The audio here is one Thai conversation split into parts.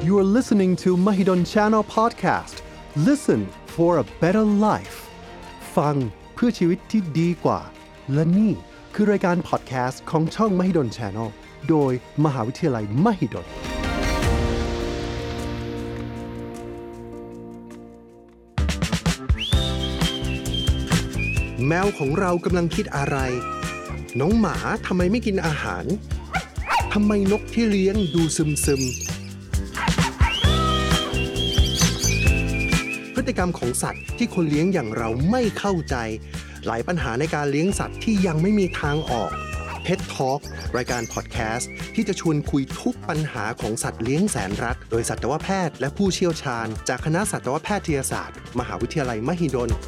You are listening to Mahidol Channel Podcast. Listen for a better life. ฟังเพื่อชีวิตที่ดีกว่าและนี่คือรายการ podcast ของช่อง Mahidol Channel โดยมหาวิทยาลัย Mahidolแมวของเรากำลังคิดอะไรน้องหมาทำไมไม่กินอาหารทำไมนกที่เลี้ยงดูซึมพฤติกรรมของสัตว์ที่คนเลี้ยงอย่างเราไม่เข้าใจหลายปัญหาในการเลี้ยงสัตว์ที่ยังไม่มีทางออก Pet Talk รายการพอดแคสต์ที่จะชวนคุยทุกปัญหาของสัตว์เลี้ยงแสนรักโดยสัตวแพทย์และผู้เชี่ยวชาญจากคณะสัตวแพทยศาสตร์มหาวิทยาลัยมหิดล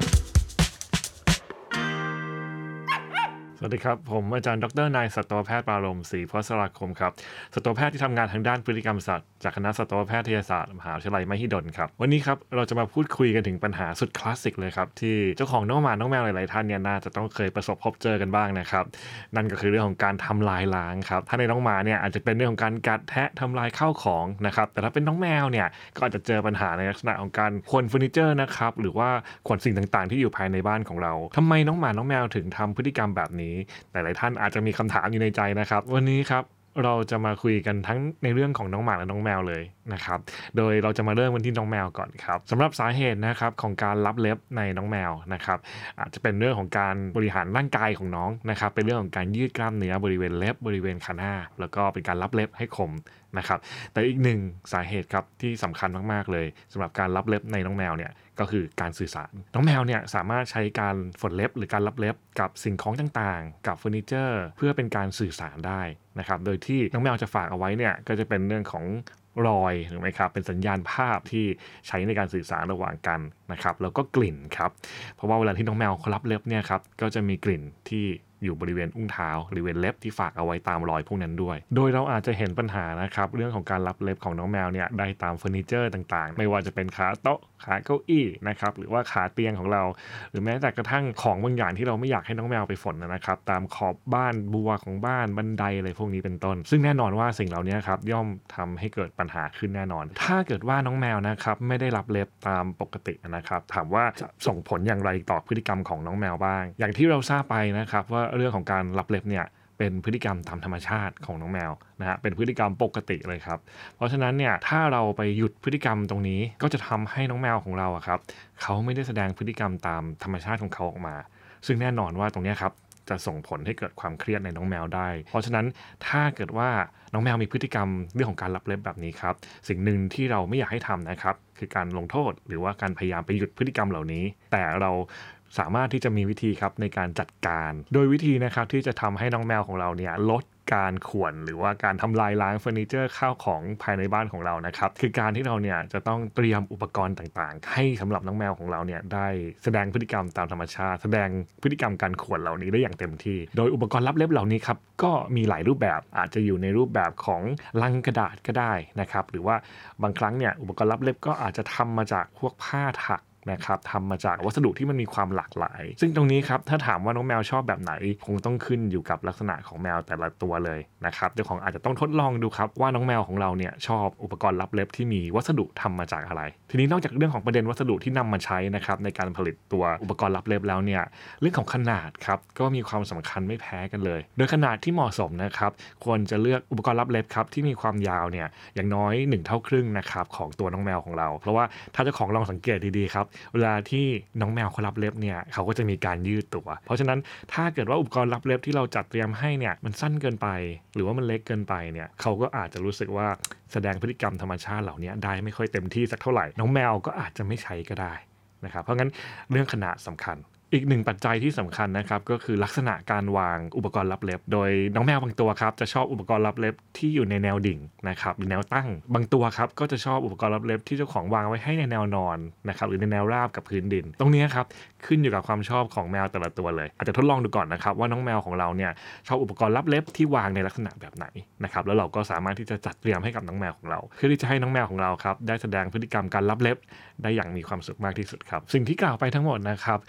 สวัสดีครับผมอาจารย์ดร.นายสัตวแพทย์ปารมศรีพศราคมครับสัตวแพทย์ที่ทำงานทางด้านพฤติกรรมสัตว์จากคณะสัตวแพทยศาสตร์มหาวิทยาลัยมหิดลครับวันนี้ครับเราจะมาพูดคุยกันถึงปัญหาสุดคลาสสิกเลยครับที่เจ้าของน้องหมาน้องแมวหลายๆท่านเนี่ยน่าจะต้องเคยประสบพบเจอกันบ้างนะครับนั่นก็คือเรื่องของการทำลายล้างครับถ้าในน้องหมาเนี่ยอาจจะเป็นเรื่องของการกัดแทะทำลายข้าวของนะครับแต่ถ้าเป็นน้องแมวเนี่ยก็อาจจะเจอปัญหาในลักษณะของการขวนเฟอร์นิเจอร์นะครับหรือว่าขวนสิ่งต่างๆที่อยู่ภายในบ้านของเราทำไมน้องหมาน้องแมวถึงทำพฤติกรรมแบบนี้หลายๆท่านอาจจะมีคำถามอยู่ในใจนะครับวันนี้ครับเราจะมาคุยกันทั้งในเรื่องของน้องหมาและน้องแมวเลยนะครับโดยเราจะมาเริ่มกันที่น้องแมวก่อนครับสำหรับสาเหตุนะครับของการลับเล็บในน้องแมวนะครับอาจจะเป็นเรื่องของการบริหารร่างกายของน้องนะครับเป็นเรื่องของการยืดกล้ามเนื้อบริเวณเล็บบริเวณขาหน้าแล้วก็เป็นการลับเล็บให้คมนะครับแต่อีกหนึ่งสาเหตุครับที่สำคัญมากๆเลยสำหรับการลับเล็บในน้องแมวเนี่ยก็คือการสื่อสารน้องแมวเนี่ยสามารถใช้การฝนเล็บหรือการลับเล็บกับสิ่งของต่างๆกับเฟอร์นิเจอร์เพื่อเป็นการสื่อสารได้นะครับโดยที่น้องแมวจะฝากเอาไว้เนี่ยก็จะเป็นเรื่องของรอยถูกไหมครับเป็นสัญญาณภาพที่ใช้ในการสื่อสารระหว่างกันนะครับแล้วก็กลิ่นครับเพราะว่าเวลาที่น้องแมวเขาลับเล็บเนี่ยครับก็จะมีกลิ่นที่อยู่บริเวณอุ้งเท้าบริเวณเล็บที่ฝากเอาไว้ตามรอยพวกนั้นด้วยโดยเราอาจจะเห็นปัญหานะครับเรื่องของการลับเล็บของน้องแมวเนี่ยได้ตามเฟอร์นิเจอร์ต่างๆไม่ว่าจะเป็นขาโต๊ะขาเก้าอี้นะครับหรือว่าขาเตียงของเราหรือแม้แต่กระทั่งของบางอย่างที่เราไม่อยากให้น้องแมวไปฝนนะครับตามขอบบ้านบัวของบ้านบันไดอะไรพวกนี้เป็นต้นซึ่งแน่นอนว่าสิ่งเหล่านี้ครับย่อมทำให้เกิดปัญหาขึ้นแน่นอนถ้าเกิดว่าน้องแมวนะครับไม่ได้ลับเล็บตามปกตินะครับถามว่าจะส่งผลอย่างไรต่อพฤติกรรมของน้องแมวบ้างอย่างที่เราทราบไปนะครับว่าเรื่องของการลับเล็บเนี่ยเป็นพฤติกรรมตามธรรมชาติของน้องแมวนะฮะเป็นพฤติกรรมปกติเลยครับเพราะฉะนั้นเนี่ยถ้าเราไปหยุดพฤติกรรมตรงนี้ก็จะทำให้น้องแมวของเราครับเขาไม่ได้แสดงพฤติกรรมตามธรรมชาติของเขาออกมาซึ่งแน่นอนว่าตรงนี้ครับจะส่งผลให้เกิดความเครียดในน้องแมวได้เพราะฉะนั้นถ้าเกิดว่าน้องแมวมีพฤติกรรมเรื่องของการลับเล็บแบบนี้ครับสิ่งหนึ่งที่เราไม่อยากให้ทำนะครับคือการลงโทษหรือว่าการพยายามไปหยุดพฤติกรรมเหล่านี้แต่เราสามารถที่จะมีวิธีครับในการจัดการโดยวิธีนะครับที่จะทำให้น้องแมวของเราเนี่ยลดการข่วนหรือว่าการทำลายล้างเฟอร์นิเจอร์ข้าวของภายในบ้านของเรานะครับคือการที่เราเนี่ยจะต้องเตรียมอุปกรณ์ต่างๆให้สำหรับน้องแมวของเราเนี่ยได้แสดงพฤติกรรมตามธรรมชาติแสดงพฤติกรรมการข่วนเหล่านี้ได้อย่างเต็มที่โดยอุปกรณ์ลับเล็บเหล่านี้ครับก็มีหลายรูปแบบอาจจะอยู่ในรูปแบบของลังกระดาษก็ได้นะครับหรือว่าบางครั้งเนี่ยอุปกรณ์ลับเล็บก็อาจจะทำมาจากพวกผ้าถักนะครับทำมาจากวัสดุที่มันมีความหลากหลายซึ่งตรงนี้ครับถ้าถามว่าน้องแมวชอบแบบไหนคงต้องขึ้นอยู่กับลักษณะของแมวแต่ละตัวเลยนะครับเจ้าของอาจจะต้องทดลองดูครับว่าน้องแมวของเราเนี่ยชอบอุปกรณ์ลับเล็บที่มีวัสดุทำมาจากอะไรทีนี้นอกจากเรื่องของประเด็นวัสดุที่นำมาใช้นะครับในการผลิตตัวอุปกรณ์ลับเล็บแล้วเนี่ยเรื่องของขนาดครับก็มีความสำคัญไม่แพ้กันเลยโดยขนาดที่เหมาะสมนะครับควรจะเลือกอุปกรณ์ลับเล็บครับที่มีความยาวเนี่ยอย่างน้อย1 เท่าครึ่งนะครับของตัวน้องแมวของเราเพราะว่าถ้าเจ้าของลองสังเกตดีๆครับเวลาที่น้องแมวเขาลับเล็บเนี่ยเขาก็จะมีการยืดตัวเพราะฉะนั้นถ้าเกิดว่าอุปกรณ์ลับเล็บที่เราจัดเตรียมให้เนี่ยมันสั้นเกินไปหรือว่ามันเล็กเกินไปเนี่ยเขาก็อาจจะรู้สึกว่าแสดงพฤติกรรมธรรมชาติเหล่านี้ได้ไม่ค่อยเต็มที่สักเท่าไหร่น้องแมวก็อาจจะไม่ใช้ก็ได้นะครับเพราะงั้นเรื่องขนาดสำคัญอีกหนึ่งปัจจัยที่สำคัญนะครับก็คือลักษณะการวางอุปกรณ์ลับเล็บโดยน้องแมวบางตัวครับจะชอบอุปกรณ์ลับเล็บที่อยู่ในแนวดิ่งนะครับหรือแนวตั้งบางตัวครับก็จะชอบอุปกรณ์ลับเล็บที่เจ้าของวางไว้ให้ในแนวนอนนะครับหรือในแนวราบกับพื้นดินตรงนี้ครับขึ้นอยู่กับความชอบของแมวแต่ละตัวเลยอาจจะทดลองดูก่อนนะครับว่าน้องแมวของเราเนี่ยชอบอุปกรณ์ลับเล็บที่วางในลักษณะแบบไหนนะครับแล้วเราก็สามารถที่จะจัดเตรียมให้กับน้องแมวของเราเพื่อที่จะให้น้องแมวของเราครับได้แสดงพฤติกรรมการลับเล็บได้อย่างมีความสุขมากที่สุดครับสิ่งที่กล่าวไปทั้งหมดนะครับก็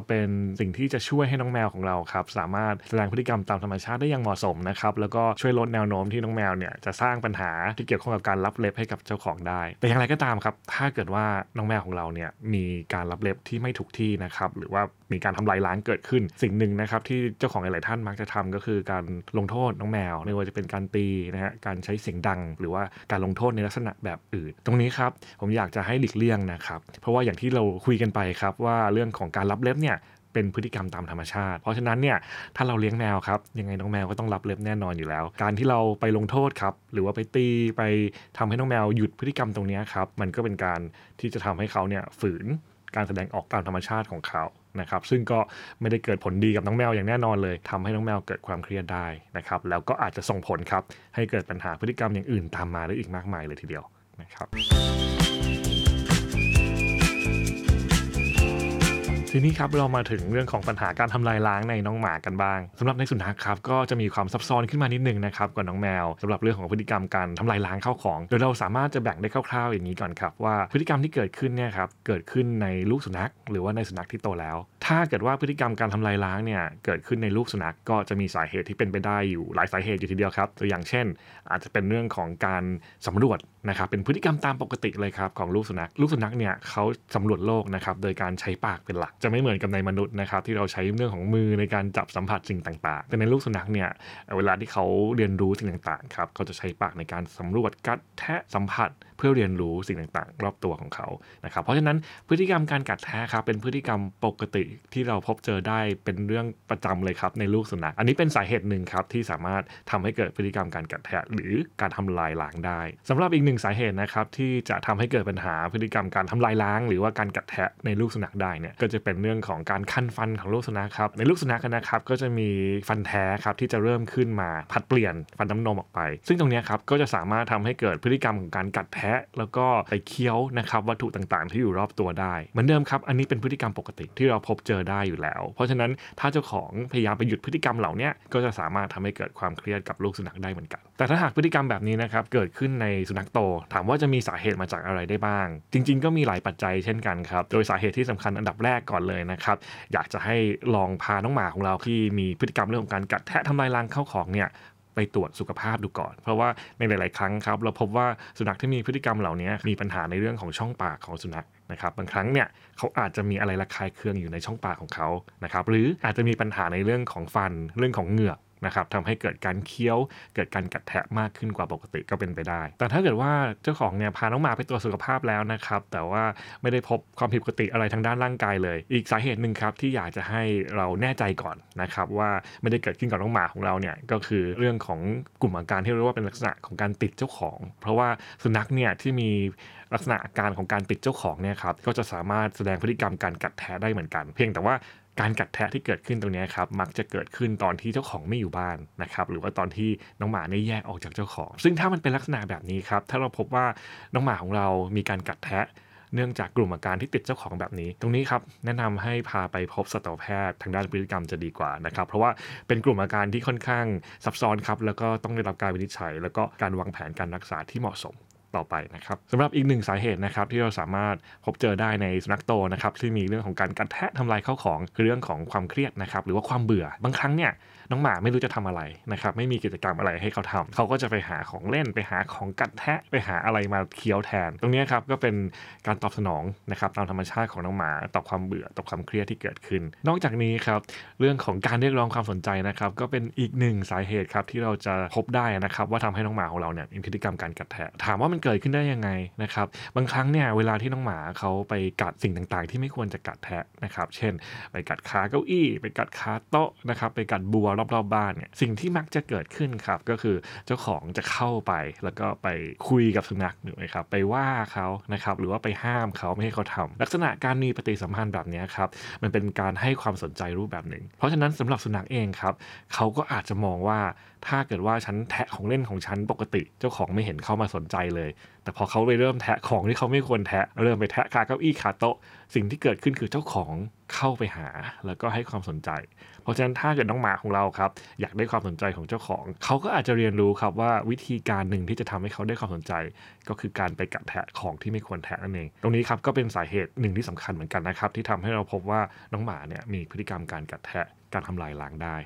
เป็นสิ่งที่จะช่วยให้น้องแมวของเราครับสามารถแสดงพฤติกรรมตามธรรมชาติได้อย่างเหมาะสมนะครับแล้วก็ช่วยลดแนวโน้มที่น้องแมวเนี่ยจะสร้างปัญหาที่เกี่ยวข้องกับการรับเล็บให้กับเจ้าของได้แต่อย่างไรก็ตามครับถ้าเกิดว่าน้องแมวของเราเนี่ยมีการรับเล็บที่ไม่ถูกที่นะครับหรือว่ามีการทำลายล้างเกิดขึ้นสิ่งหนึ่งนะครับที่เจ้าของหลายๆท่านมักจะทำก็คือการลงโทษน้องแมวไม่ว่าจะเป็นการตีนะฮะการใช้เสียงดังหรือว่าการลงโทษในลักษณะแบบอื่นตรงนี้ครับผมอยากจะให้หลีกเลี่ยงนะครับเพราะว่าอย่างที่เราคุยกันไปครับว่าเรื่องของการรับเล็บเนี่ยเป็นพฤติกรรมตามธรรมชาติเพราะฉะนั้นเนี่ยถ้าเราเลี้ยงแมวครับยังไงน้องแมวก็ต้องรับเล็บแน่นอนอยู่แล้วการที่เราไปลงโทษครับหรือว่าไปตีไปทำให้น้องแมวหยุดพฤติกรรมตรงนี้ครับมันก็เป็นการที่จะทำให้เขาเนี่ยฝืนการแสดงออกตามธรรมชาติของเขานะครับซึ่งก็ไม่ได้เกิดผลดีกับน้องแมวอย่างแน่นอนเลยทำให้น้องแมวเกิดความเครียดได้นะครับแล้วก็อาจจะส่งผลครับให้เกิดปัญหาพฤติกรรมอย่างอื่นตามมาได้อีกมากมายเลยทีเดียวนะครับทีนี้ครับเรามาถึงเรื่องของปัญหาการทำลายล้างในน้องหมากันบ้างสำหรับในสุนัขครับก็จะมีความซับซ้อนขึ้นมานิดนึงนะครับกว่าน้องแมวสำหรับเรื่องของพฤติกรรมการทำลายล้างข้าวของโดยเราสามารถจะแบ่งได้คร่าวๆอย่างนี้ก่อนครับว่าพฤติกรรมที่เกิดขึ้นเนี่ยครับเกิดขึ้นในลูกสุนัขหรือว่าในสุนัขที่โตแล้วถ้าเกิดว่าพฤติกรรมการทำลายล้างเนี่ยเกิดขึ้นในลูกสุนัขก็จะมีสาเหตุที่เป็นไปได้อยู่หลายสาเหตุอยู่ทีเดียวครับตัวอย่างเช่นอาจจะเป็นเรื่องของการสำรวจนะครับเป็นพฤติกรรมตามปกติเลยครับของลูกสุนัขเนี่ยเขาสำรวจโลกนะครับโดยการใช้ปากเป็นหลักจะไม่เหมือนกับในมนุษย์นะครับที่เราใช้เรื่องของมือในการจับสัมผัสสิ่งต่างๆแต่ในลูกสุนัขเนี่ยเวลาที่เขาเรียนรู้สิ่งต่างๆครับเขาจะใช้ปากในการสำรวจกัดแทะสัมผัสเพื่อเรียนรู้สิ่งต่างๆรอบตัวของเขานะครับเพราะฉะนั้นพฤติกรรมการกัดแทะครับเป็นพฤติกรรมปกติที่เราพบเจอได้เป็นเรื่องประจำเลยครับในลูกสุนัขอันนี้เป็นสาเหตุหนึ่งครับที่สามารถทำให้เกิดพฤติกรรมการกัดแทะหรือการทำลายล้างได้สำหรับอีกหนึ่งสาเหตุนะครับที่จะทำให้เกิดปัญหาพฤติกรรมการทำลายล้างหรือว่าการกัดแทะในลูกสุนัขได้เนี่ยก็จะเป็นเรื่องของการคั้นฟันของลูกสุนัขครับในลูกสุนัขนะครับก็จะมีฟันแท้ครับที่จะเริ่มขึ้นมาผลัดเปลี่ยนฟันน้ำนมออกไปซึ่งตรงนี้ครับก็จะสามารถทำให้เกิดพฤติกรรมของการกัดแทะแล้วก็ไปเคี้ยวนะครับวัตถุต่างๆที่อยู่รอบตัวได้เหมือนเดิมครับอันนี้เป็นพฤติกรรมปกติที่เราพบเจอได้อยู่แล้วเพราะฉะนั้นถ้าเจ้าของพยายามไปหยุดพฤติกรรมเหล่านี้ก็จะสามารถทำให้เกิดความเครียดกับลูกสุนัขได้เหมือนกันแต่ถ้าหากพฤติกรรมแบบนี้นะครับเกิดขึ้นในสุนัขโตถามว่าจะมีสาเหตุมาจากอะไรได้บ้างจริงๆก็มีหลายปัจจัยเช่นกันครับโดยสาเหตุที่สำคัญอันดับแรกก่อนเลยนะครับอยากจะให้ลองพาน้องหมาของเราที่มีพฤติกรรมเรื่องของการกัดแทะทำลายล้างข้าวของเนี่ยไปตรวจสุขภาพดูก่อนเพราะว่าในหลายๆครั้งครับเราพบว่าสุนัขที่มีพฤติกรรมเหล่านี้มีปัญหาในเรื่องของช่องปากของสุนัขนะครับบางครั้งเนี่ยเขาอาจจะมีอะไรระคายเคืองอยู่ในช่องปากของเขานะครับหรืออาจจะมีปัญหาในเรื่องของฟันเรื่องของเหงือกนะครับทำให้เกิดการเคี้ยวเกิดการกัดแทะมากขึ้นกว่าปกติก็เป็นไปได้แต่ถ้าเกิดว่าเจ้าของเนี่ยพาน้องหมาไปตรวจสุขภาพแล้วนะครับแต่ว่าไม่ได้พบความผิดปกติอะไรทางด้านร่างกายเลยอีกสาเหตุหนึ่งครับที่อยากจะให้เราแน่ใจก่อนนะครับว่าไม่ได้เกิดขึ้นกับน้องหมาของเราเนี่ยก็คือเรื่องของกลุ่มอาการที่เรียกว่าเป็นลักษณะของการติดเจ้าของเพราะว่าสุนัขเนี่ยที่มีลักษณะอาการของการติดเจ้าของเนี่ยครับก็จะสามารถแสดงพฤติกรรมการกัดแทะได้เหมือนกันเพียงแต่ว่าการกัดแทะที่เกิดขึ้นตรงนี้ครับมักจะเกิดขึ้นตอนที่เจ้าของไม่อยู่บ้านนะครับหรือว่าตอนที่น้องหมาได้แยกออกจากเจ้าของซึ่งถ้ามันเป็นลักษณะแบบนี้ครับถ้าเราพบว่าน้องหมาของเรามีการกัดแทะเนื่องจากกลุ่มอาการที่ติดเจ้าของแบบนี้ตรงนี้ครับแนะนำให้พาไปพบสัตวแพทย์ทางด้านพฤติกรรมจะดีกว่านะครับเพราะว่าเป็นกลุ่มอาการที่ค่อนข้างซับซ้อนครับแล้วก็ต้องได้รับการวินิจฉัยแล้วก็การวางแผนการรักษาที่เหมาะสมต่อไปนะครับสำหรับอีกหนึ่งสาเหตุนะครับที่เราสามารถพบเจอได้ในสุนัขโตนะครับที่มีเรื่องของการกัดแทะทำลายข้าวของคือเรื่องของความเครียดนะครับหรือว่าความเบื่อบางครั้งเนี่ยน้องหมาไม่รู้จะทำอะไรนะครับไม่มีกิจกรรมอะไรให้เขาทำเขาก็จะไปหาของเล่นไปหาของกัดแทะไปหาอะไรมาเคี้ยวแทนตรงนี้ครับก็เป็นการตอบสนองนะครับตามธรรมชาติของน้องหมาต่อความเบื่อต่อความเครียดที่เกิดขึ้นนอกจากนี้ครับเรื่องของการเรียกร้องความสนใจนะครับก็เป็นอีกหนึ่งสาเหตุครับที่เราจะพบได้นะครับว่าทำให้น้องหมาของเราเนี่ยมีพฤติกรรมการกัดแทะถามว่ามันเกิดขึ้นได้ยังไงนะครับบางครั้งเนี่ยเวลาที่น้องหมาเขาไปกัดสิ่งต่างๆที่ไม่ควรจะกัดแทะนะครับเช่นไปกัดขาเก้าอี้ไปกัดขาโต๊ะนะครับไปกัดบัวรอบๆบ้านเนี่ยสิ่งที่มักจะเกิดขึ้นครับก็คือเจ้าของจะเข้าไปแล้วก็ไปคุยกับสุนัขหรือครับไปว่าเขานะครับหรือว่าไปห้ามเขาไม่ให้เขาทำลักษณะการมีปฏิสัมพันธ์แบบนี้ครับมันเป็นการให้ความสนใจรูปแบบหนึ่งเพราะฉะนั้นสำหรับสุนัขเองครับเขาก็อาจจะมองว่าถ้าเกิดว่าฉันแทะของเล่นของฉันปกติเจ้าของไม่เห็นเข้ามาสนใจเลยแต่พอเขาไปเริ่มแทะของที่เขาไม่ควรแทะเริ่มไปแทะขาเก้าอี้ขาโต๊ะสิ่งที่เกิดขึ้นคือเจ้าของเข้าไปหาแล้วก็ให้ความสนใจเพราะฉะนั้นถ้าเกิดน้องหมาของเราครับอยากได้ความสนใจของเจ้าของเขาก็อาจจะเรียนรู้ครับว่าวิธีการหนึ่งที่จะทำให้เขาได้ความสนใจก็คือการไปกัดแทะของที่ไม่ควรแทะนั่นเองตรงนี้ครับก็เป็นสาเหตุหนึ่งที่สำคัญเหมือนกันนะครับที่ทำให้เราพบว่าน้องหมาเนี่ยมีพฤติกรรมการกัดแทะการทำลายล้างได้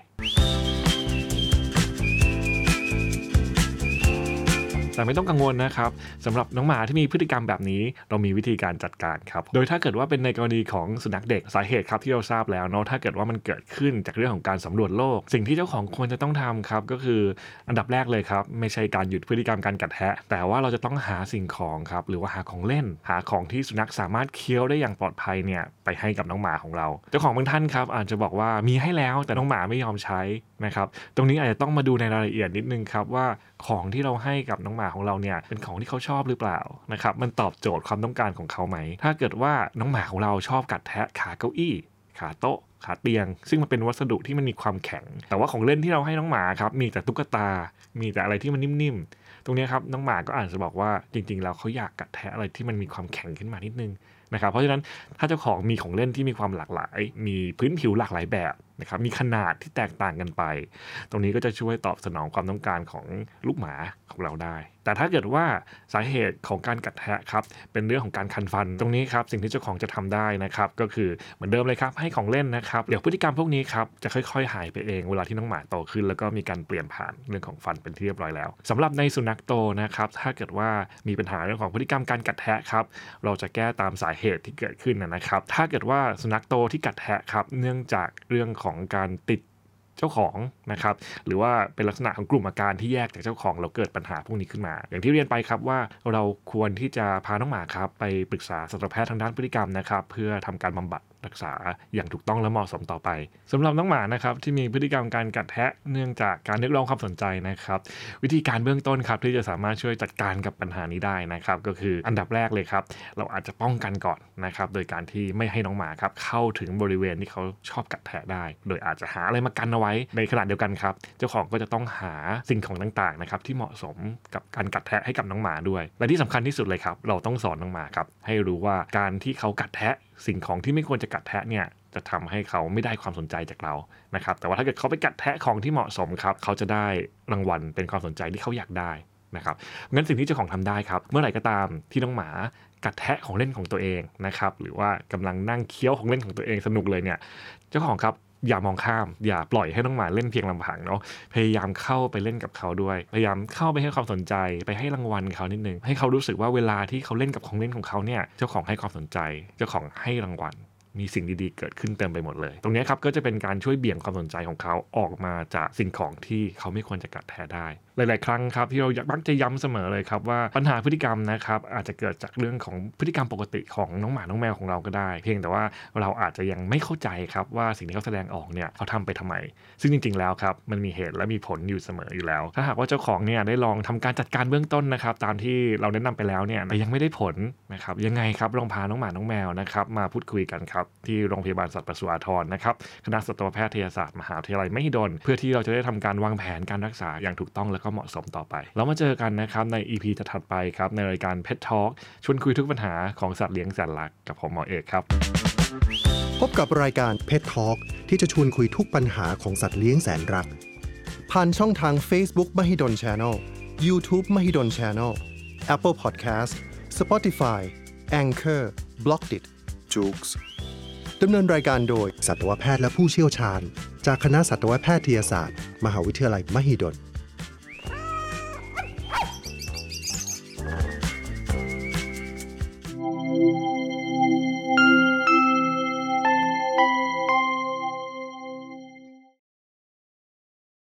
แต่ไม่ต้องกังวลนะครับสำหรับน้องหมาที่มีพฤติกรรมแบบนี้เรามีวิธีการจัดการครับโดยถ้าเกิดว่าเป็นในกรณีของสุนัขเด็กสาเหตุครับที่เราทราบแล้วเนาะถ้าเกิดว่ามันเกิดขึ้นจากเรื่องของการสำรวจโลกสิ่งที่เจ้าของควรจะต้องทำครับก็คืออันดับแรกเลยครับไม่ใช่การหยุดพฤติกรรมการกัดแทะแต่ว่าเราจะต้องหาสิ่งของครับหรือว่าหาของเล่นหาของที่สุนัขสามารถเคี้ยวได้อย่างปลอดภัยเนี่ยไปให้กับน้องหมาของเราเจ้าของบางท่านครับอาจจะบอกว่ามีให้แล้วแต่น้องหมาไม่ยอมใช้นะครับตรงนี้อาจจะต้องมาดูในรายละเอียดนิดนึงครับว่าของที่เราให้กับน้องหมาของเราเนี่ยเป็นของที่เขาชอบหรือเปล่านะครับมันตอบโจทย์ความต้องการของเขาไหมถ้าเกิดว่าน้องหมาของเราชอบกัดแทะขาเก้าอี้ขาโต๊ะขาเตียงซึ่งมันเป็นวัสดุที่มันมีความแข็งแต่ว่าของเล่นที่เราให้น้องหมาครับมีแต่ตุ๊กตามีแต่อะไรที่มันนิ่มๆตรงนี้ครับน้องหมาก็อาจจะบอกว่าจริงๆแล้วเขาอยากกัดแทะอะไรที่มันมีความแข็งขึ้นมานิดนึงนะครับเพราะฉะนั้นถ้าเจ้าของมีของเล่นที่มีความหลากหลายมีพื้นผิวหลากหลายแบบนะครับมีขนาดที่แตกต่างกันไปตรงนี้ก็จะช่วยตอบสนองความต้องการของลูกหมาของเราได้แต่ถ้าเกิดว่าสาเหตุของการกัดแทะครับเป็นเรื่องของการคันฟันตรงนี้ครับสิ่งที่เจ้าของจะทำได้นะครับก็คือเหมือนเดิมเลยครับให้ของเล่นนะครับเดี๋ยวพฤติกรรมพวกนี้ครับจะค่อยๆหายไปเองเวลาที่น้องหมาโตขึ้นแล้วก็มีการเปลี่ยนผ่านเรื่องของฟันเป็นที่เรียบร้อยแล้วสำหรับในสุนัขโตนะครับถ้าเกิดว่ามีปัญหาเรื่องของพฤติกรรมการกัดแทะครับเราจะแก้ตามสาเหตุที่เกิดขึ้นนะครับถ้าเกิดว่าสุนัขโตที่กัดแทะครับเนื่องจากเรื่องของการติดเจ้าของนะครับหรือว่าเป็นลักษณะของกลุ่มอาการที่แยกจากเจ้าของเราเกิดปัญหาพวกนี้ขึ้นมาอย่างที่เรียนไปครับว่าเราควรที่จะพาน้องหมาครับไปปรึกษาสัตวแพทย์ทางด้านพฤติกรรมนะครับเพื่อทำการบำบัดรักษาอย่างถูกต้องและเหมาะสมต่อไปสำหรับน้องหมานะครับที่มีพฤติกรรมการกัดแทะเนื่องจากการเรียกร้องความสนใจนะครับวิธีการเบื้องต้นครับที่จะสามารถช่วยจัดการกับปัญหานี้ได้นะครับก็คืออันดับแรกเลยครับเราอาจจะป้องกันก่อนนะครับโดยการที่ไม่ให้น้องหมาครับเข้าถึงบริเวณที่เขาชอบกัดแทะได้โดยอาจจะหาอะไรมากันเอาไว้ในขณะเดียวกันครับเจ้าของก็จะต้องหาสิ่งของต่างๆนะครับที่เหมาะสมกับการกัดแทะให้กับน้องหมาด้วยและที่สำคัญที่สุดเลยครับเราต้องสอนน้องหมาครับให้รู้ว่าการที่เขากัดแทะสิ่งของที่ไม่ควรจะกัดแทะเนี่ยจะทำให้เขาไม่ได้ความสนใจจากเรานะครับแต่ว่าถ้าเกิดเขาไปกัดแทะของที่เหมาะสมครับเขาจะได้รางวัลเป็นความสนใจที่เขาอยากได้นะครับงั้นสิ่งที่เจ้าของทำได้ครับเมื่อไหร่ก็ตามที่น้องหมากัดแทะของเล่นของตัวเองนะครับหรือว่ากำลังนั่งเคี้ยวของเล่นของตัวเองสนุกเลยเนี่ยเจ้าของครับอย่ามองข้ามอย่าปล่อยให้น้องหมาเล่นเพียงลำพังเนาะพยายามเข้าไปเล่นกับเขาด้วยพยายามเข้าไปให้ความสนใจไปให้รางวัลเขานิดนึงให้เขารู้สึกว่าเวลาที่เขาเล่นกับของเล่นของเขาเนี่ยเจ้าของให้ความสนใจเจ้าของให้รางวัลมีสิ่งดีๆเกิดขึ้นเต็มไปหมดเลยตรงนี้ครับก็จะเป็นการช่วยเบี่ยงความสนใจของเขาออกมาจากสิ่งของที่เขาไม่ควรจะกัดแทะได้หลายๆครั้งครับที่เรามักจะย้ำเสมอเลยครับว่าปัญหาพฤติกรรมนะครับอาจจะเกิดจากเรื่องของพฤติกรรมปกติของน้องหมาน้องแมวของเราก็ได้เพียงแต่ว่าเราอาจจะยังไม่เข้าใจครับว่าสิ่งที่เขาแสดงออกเนี่ยเขาทำไปทำไมซึ่งจริงๆแล้วครับมันมีเหตุและมีผลอยู่เสมออยู่แล้วถ้าหากว่าเจ้าของเนี่ยได้ลองทำการจัดการเบื้องต้นนะครับตามที่เราแนะนำไปแล้วเนี่ยแต่ยังไม่ได้ผลนะครับยังไงครับลองพาน้องหมาน้องแมวนะครับมาพูดคุยกันครับที่โรงพยาบาลสัตว์ปศุสัตว์นะครับคณะสัตวแพทยศาสตร์มหาวิทยาลัยมหิดลเพื่อที่เราจะได้ทำการวางแผนการรักษาอย่างถูกต้องและก็เหมาะสมต่อไปแล้วมาเจอกันนะครับใน EP ถัดไปครับในรายการ Pet Talk ชวนคุยทุกปัญหาของสัตว์เลี้ยงแสนรักกับผมหมอเอกครับพบกับรายการ Pet Talk ที่จะชวนคุยทุกปัญหาของสัตว์เลี้ยงแสนรักผ่านช่องทาง Facebook Mahidol Channel YouTube Mahidol Channel Apple Podcast Spotify Anchor Blockdit Joox ดำเนินรายการโดยสัตวแพทย์และผู้เชี่ยวชาญจากคณะสัตวแพทยศาสตร์มหาวิทยาลัยมหิดล